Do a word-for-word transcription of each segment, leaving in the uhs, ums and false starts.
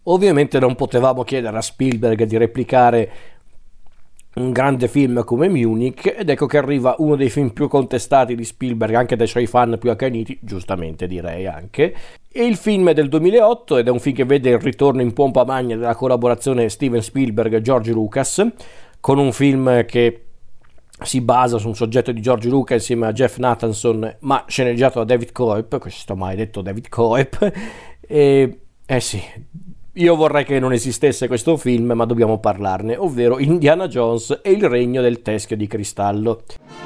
Ovviamente non potevamo chiedere a Spielberg di replicare un grande film come Munich, ed ecco che arriva uno dei film più contestati di Spielberg anche dai suoi fan più accaniti, giustamente direi anche. E il film è del duemilaotto ed è un film che vede il ritorno in pompa magna della collaborazione Steven Spielberg e George Lucas, con un film che si basa su un soggetto di George Lucas insieme a Jeff Nathanson, ma sceneggiato da David Coep, questo maledetto David Coep. E eh sì, io vorrei che non esistesse questo film, ma dobbiamo parlarne, ovvero Indiana Jones e il regno del teschio di cristallo.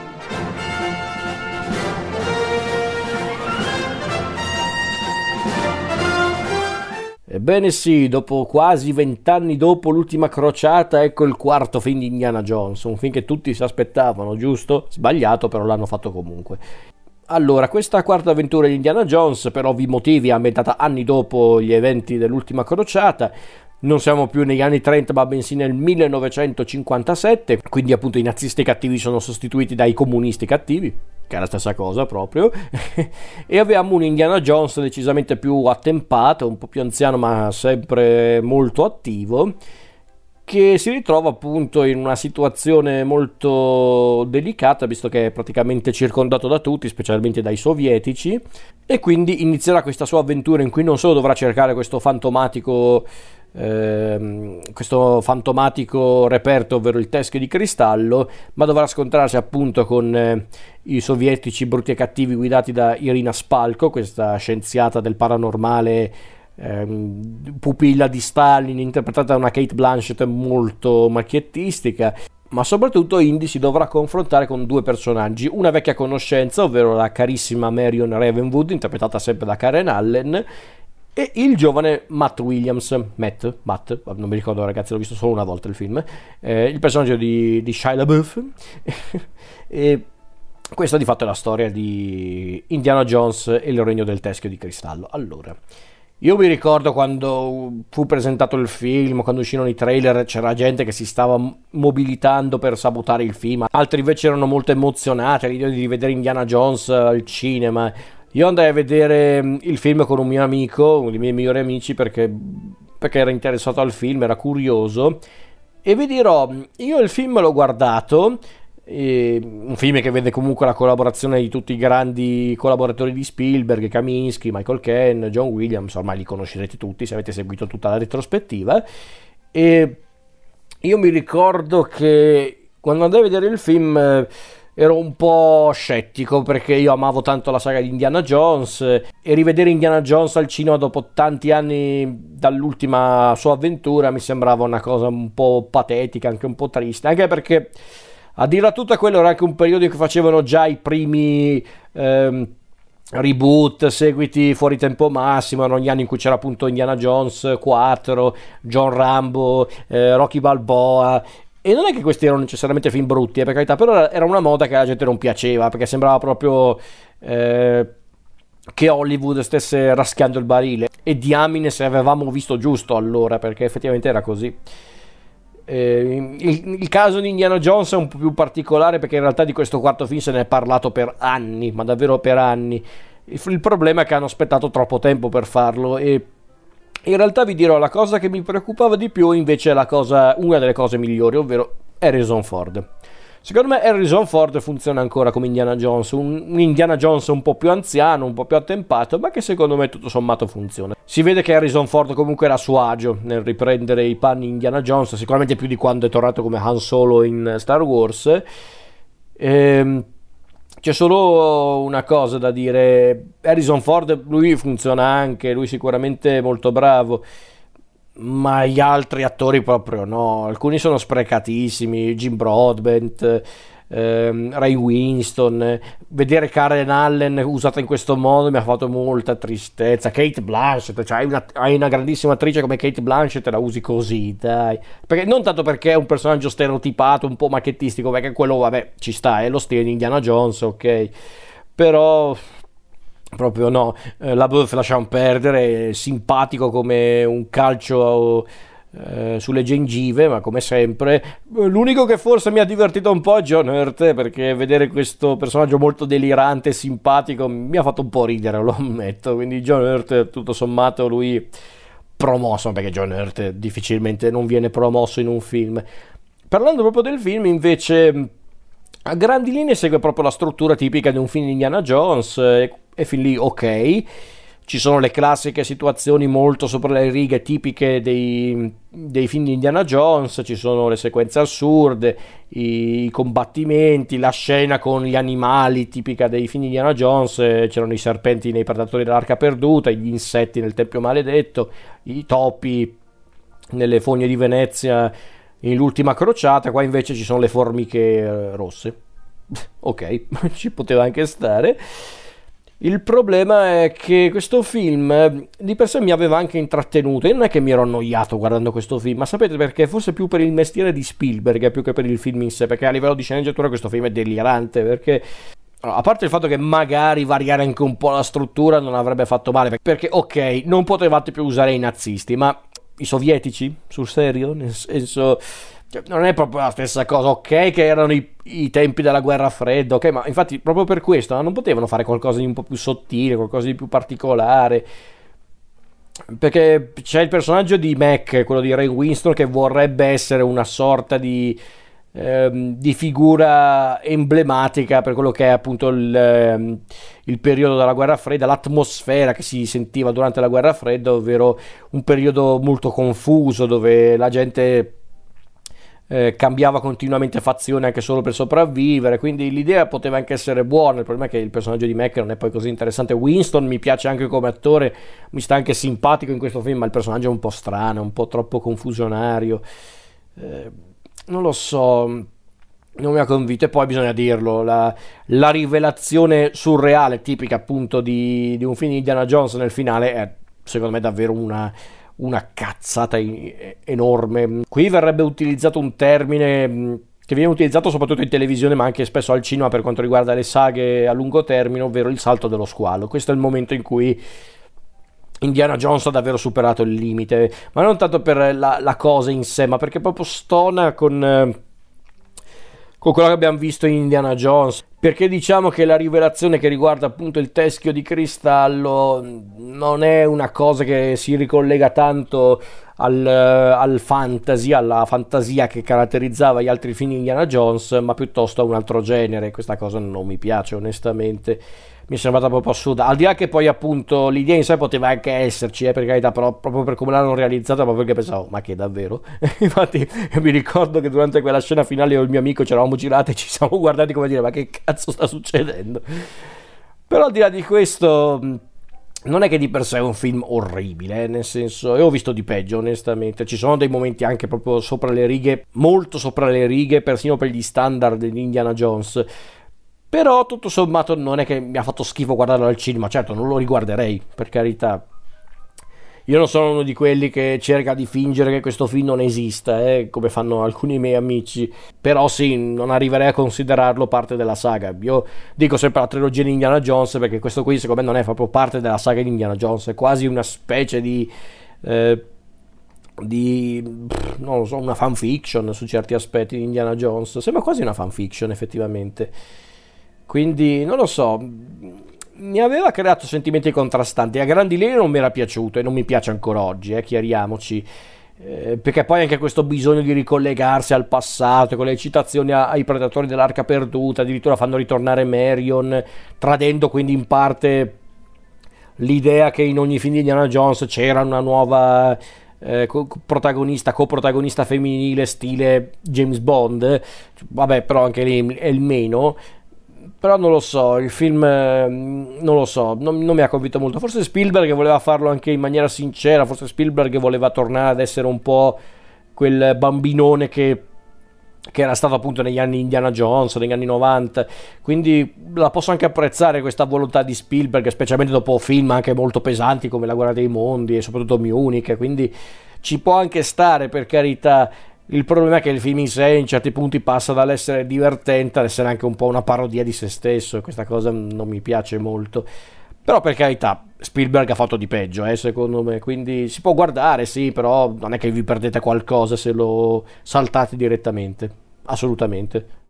Ebbene sì, dopo quasi vent'anni dopo l'ultima crociata, ecco il quarto film di Indiana Jones, un film che tutti si aspettavano, giusto? Sbagliato, però l'hanno fatto comunque. Allora, questa quarta avventura di Indiana Jones, per ovvi motivi, è ambientata anni dopo gli eventi dell'ultima crociata. Non siamo più negli anni trenta, ma bensì nel millenovecentocinquantasette, quindi appunto i nazisti cattivi sono sostituiti dai comunisti cattivi, che è la stessa cosa proprio, e abbiamo un Indiana Jones decisamente più attempato, un po' più anziano, ma sempre molto attivo, che si ritrova appunto in una situazione molto delicata, visto che è praticamente circondato da tutti, specialmente dai sovietici, e quindi inizierà questa sua avventura in cui non solo dovrà cercare questo fantomatico ehm, questo fantomatico reperto, ovvero il teschio di cristallo, ma dovrà scontrarsi appunto con eh, i sovietici brutti e cattivi guidati da Irina Spalko, questa scienziata del paranormale, Ehm, pupilla di Stalin, interpretata da una Kate Blanchett molto macchiettistica. Ma soprattutto Indy si dovrà confrontare con due personaggi: una vecchia conoscenza, ovvero la carissima Marion Ravenwood, interpretata sempre da Karen Allen, e il giovane Matt Williams, Matt, Matt, non mi ricordo ragazzi, l'ho visto solo una volta il film, eh, il personaggio di, di Shia LaBeouf. E questa di fatto è la storia di Indiana Jones e il regno del teschio di cristallo. Allora, io mi ricordo quando fu presentato il film, quando uscirono i trailer, c'era gente che si stava mobilitando per sabotare il film, altri invece erano molto emozionati all'idea di rivedere Indiana Jones al cinema. Io andai a vedere il film con un mio amico, uno dei miei migliori amici, perché, perché era interessato al film, era curioso, e vi dirò, io il film l'ho guardato, e un film che vede comunque la collaborazione di tutti i grandi collaboratori di Spielberg, Kaminsky, Michael Caine, John Williams, ormai li conoscerete tutti se avete seguito tutta la retrospettiva. E io mi ricordo che quando andai a vedere il film eh, ero un po' scettico, perché io amavo tanto la saga di Indiana Jones, e rivedere Indiana Jones al cinema dopo tanti anni dall'ultima sua avventura mi sembrava una cosa un po' patetica, anche un po' triste, anche perché a dirla tutta quello era anche un periodo in cui facevano già i primi ehm, reboot, seguiti fuori tempo massimo, erano gli anni in cui c'era appunto Indiana Jones quattro, John Rambo, eh, Rocky Balboa, e non è che questi erano necessariamente film brutti, eh, per carità, però era una moda che la gente non piaceva, perché sembrava proprio eh, che Hollywood stesse raschiando il barile, e diamine se avevamo visto giusto allora, perché effettivamente era così. Eh, il, il caso di Indiana Jones è un po' più particolare, perché in realtà di questo quarto film se ne è parlato per anni, ma davvero per anni. Il, il problema è che hanno aspettato troppo tempo per farlo, e in realtà vi dirò, la cosa che mi preoccupava di più invece è la cosa, una delle cose migliori, ovvero Harrison Ford. Secondo me Harrison Ford funziona ancora come Indiana Jones, un, un Indiana Jones un po' più anziano, un po' più attempato, ma che secondo me tutto sommato funziona. Si vede che Harrison Ford comunque era a suo agio nel riprendere i panni Indiana Jones, sicuramente più di quando è tornato come Han Solo in Star Wars. Ehm, c'è solo una cosa da dire: Harrison Ford, lui funziona anche, lui sicuramente è molto bravo, ma gli altri attori proprio no, alcuni sono sprecatissimi. Jim Broadbent, ehm, Ray Winston, vedere Karen Allen usata in questo modo mi ha fatto molta tristezza. Kate Blanchett, cioè hai una, hai una grandissima attrice come Kate Blanchett e la usi così, dai, perché, non tanto perché è un personaggio stereotipato un po' macchettistico, perché quello vabbè ci sta, è lo stile di Indiana Jones, ok, però proprio no. eh, la Buff lasciamo perdere, è simpatico come un calcio eh, sulle gengive, ma come sempre. L'unico che forse mi ha divertito un po' è John Hurt, perché vedere questo personaggio molto delirante e simpatico mi ha fatto un po' ridere, lo ammetto. Quindi John Hurt, tutto sommato, lui promosso, perché John Hurt difficilmente non viene promosso in un film. Parlando proprio del film, invece, a grandi linee segue proprio la struttura tipica di un film di Indiana Jones, e, e fin lì ok. Ci sono le classiche situazioni molto sopra le righe tipiche dei, dei film di Indiana Jones, ci sono le sequenze assurde, i, i combattimenti, la scena con gli animali tipica dei film di Indiana Jones, c'erano i serpenti nei Predatori dell'Arca Perduta, gli insetti nel Tempio Maledetto, i topi nelle Fogne di Venezia in L'Ultima Crociata. Qua invece ci sono le formiche eh, rosse. Ok, ci poteva anche stare. Il problema è che questo film di per sé mi aveva anche intrattenuto, e non è che mi ero annoiato guardando questo film, ma sapete perché? Forse più per il mestiere di Spielberg più che per il film in sé, perché a livello di sceneggiatura questo film è delirante, perché a parte il fatto che magari variare anche un po' la struttura non avrebbe fatto male, perché ok, non potevate più usare i nazisti, ma i sovietici? Sul serio? Nel senso, non è proprio la stessa cosa. Ok che erano i, i tempi della guerra fredda, ok, ma infatti proprio per questo non potevano fare qualcosa di un po' più sottile, qualcosa di più particolare, perché c'è il personaggio di Mac, quello di Ray Winston, che vorrebbe essere una sorta di ehm, di figura emblematica per quello che è appunto il, ehm, il periodo della guerra fredda, l'atmosfera che si sentiva durante la guerra fredda, ovvero un periodo molto confuso dove la gente Eh, cambiava continuamente fazione anche solo per sopravvivere, quindi l'idea poteva anche essere buona. Il problema è che il personaggio di Mac non è poi così interessante. Winston mi piace anche come attore, mi sta anche simpatico in questo film, ma il personaggio è un po' strano, un po' troppo confusionario, eh, non lo so, non mi ha convinto. E poi bisogna dirlo, la, la rivelazione surreale tipica appunto di, di un film di Indiana Jones nel finale è secondo me davvero una una cazzata enorme. Qui verrebbe utilizzato un termine che viene utilizzato soprattutto in televisione ma anche spesso al cinema per quanto riguarda le saghe a lungo termine, ovvero il salto dello squalo. Questo è il momento in cui Indiana Jones ha davvero superato il limite, ma non tanto per la, la cosa in sé, ma perché proprio stona con con quello che abbiamo visto in Indiana Jones, perché diciamo che la rivelazione che riguarda appunto il teschio di cristallo non è una cosa che si ricollega tanto al, al fantasy, alla fantasia che caratterizzava gli altri film di Indiana Jones, ma piuttosto a un altro genere. Questa cosa non mi piace onestamente, mi è sembrata proprio assurda, al di là che poi appunto l'idea in sé poteva anche esserci, eh, per carità, però proprio per come l'hanno realizzata, proprio perché pensavo, ma che davvero? Infatti mi ricordo che durante quella scena finale io e il mio amico ci eravamo girati e ci siamo guardati come dire, ma che cazzo sta succedendo? Però al di là di questo non è che di per sé è un film orribile, eh, nel senso, io ho visto di peggio onestamente, ci sono dei momenti anche proprio sopra le righe, molto sopra le righe, persino per gli standard di Indiana Jones. Però tutto sommato non è che mi ha fatto schifo guardarlo al cinema, certo non lo riguarderei, per carità. Io non sono uno di quelli che cerca di fingere che questo film non esista, eh, come fanno alcuni miei amici, però sì, non arriverei a considerarlo parte della saga. Io dico sempre la trilogia di Indiana Jones, perché questo qui secondo me non è proprio parte della saga di Indiana Jones, è quasi una specie di... Eh, di non lo so, una fanfiction su certi aspetti di Indiana Jones, sembra quasi una fanfiction effettivamente. Quindi non lo so, mi aveva creato sentimenti contrastanti. A grandi linee non mi era piaciuto e non mi piace ancora oggi, eh, chiariamoci, eh, perché poi anche questo bisogno di ricollegarsi al passato con le citazioni a, ai Predatori dell'Arca Perduta, addirittura fanno ritornare Marion, tradendo quindi in parte l'idea che in ogni film di Indiana Jones c'era una nuova eh, co- protagonista, coprotagonista femminile stile James Bond. Vabbè, però anche lì è il meno. Però non lo so, il film eh, non lo so, non, non mi ha convinto molto. Forse Spielberg voleva farlo anche in maniera sincera, forse Spielberg voleva tornare ad essere un po' quel bambinone che, che era stato appunto negli anni Indiana Jones, negli anni novanta. Quindi la posso anche apprezzare questa volontà di Spielberg, specialmente dopo film anche molto pesanti come La guerra dei mondi e soprattutto Munich, quindi ci può anche stare, per carità. Il problema è che il film in sé in certi punti passa dall'essere divertente ad essere anche un po' una parodia di se stesso, e questa cosa non mi piace molto. Però per carità, Spielberg ha fatto di peggio, eh, secondo me, quindi si può guardare, sì, però non è che vi perdete qualcosa se lo saltate direttamente, assolutamente.